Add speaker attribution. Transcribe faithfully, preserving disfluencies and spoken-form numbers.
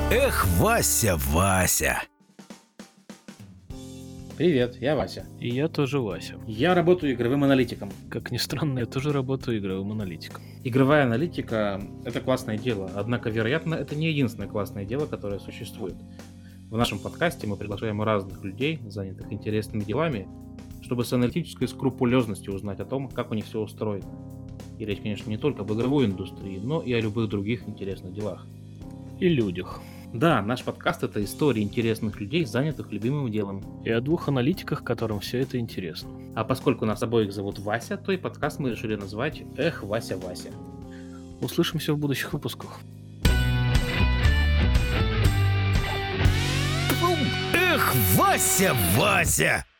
Speaker 1: Эх, Вася, Вася.
Speaker 2: Привет, я Вася.
Speaker 3: И я тоже Вася.
Speaker 2: Я работаю игровым аналитиком.
Speaker 3: Как ни странно, я тоже работаю игровым аналитиком.
Speaker 2: Игровая аналитика — это классное дело, однако, вероятно, это не единственное классное дело, которое существует. В нашем подкасте мы приглашаем разных людей, занятых интересными делами, чтобы с аналитической скрупулезностью узнать о том, как у них все устроено. И речь, конечно, не только об игровой индустрии, но и о любых других интересных делах.
Speaker 3: И людях.
Speaker 2: Да, наш подкаст — это истории интересных людей, занятых любимым делом.
Speaker 3: И о двух аналитиках, которым все это интересно.
Speaker 2: А поскольку нас обоих зовут Вася, то и подкаст мы решили назвать «Эх, Вася, Вася».
Speaker 3: Услышимся в будущих выпусках.
Speaker 1: Эх, Вася, Вася.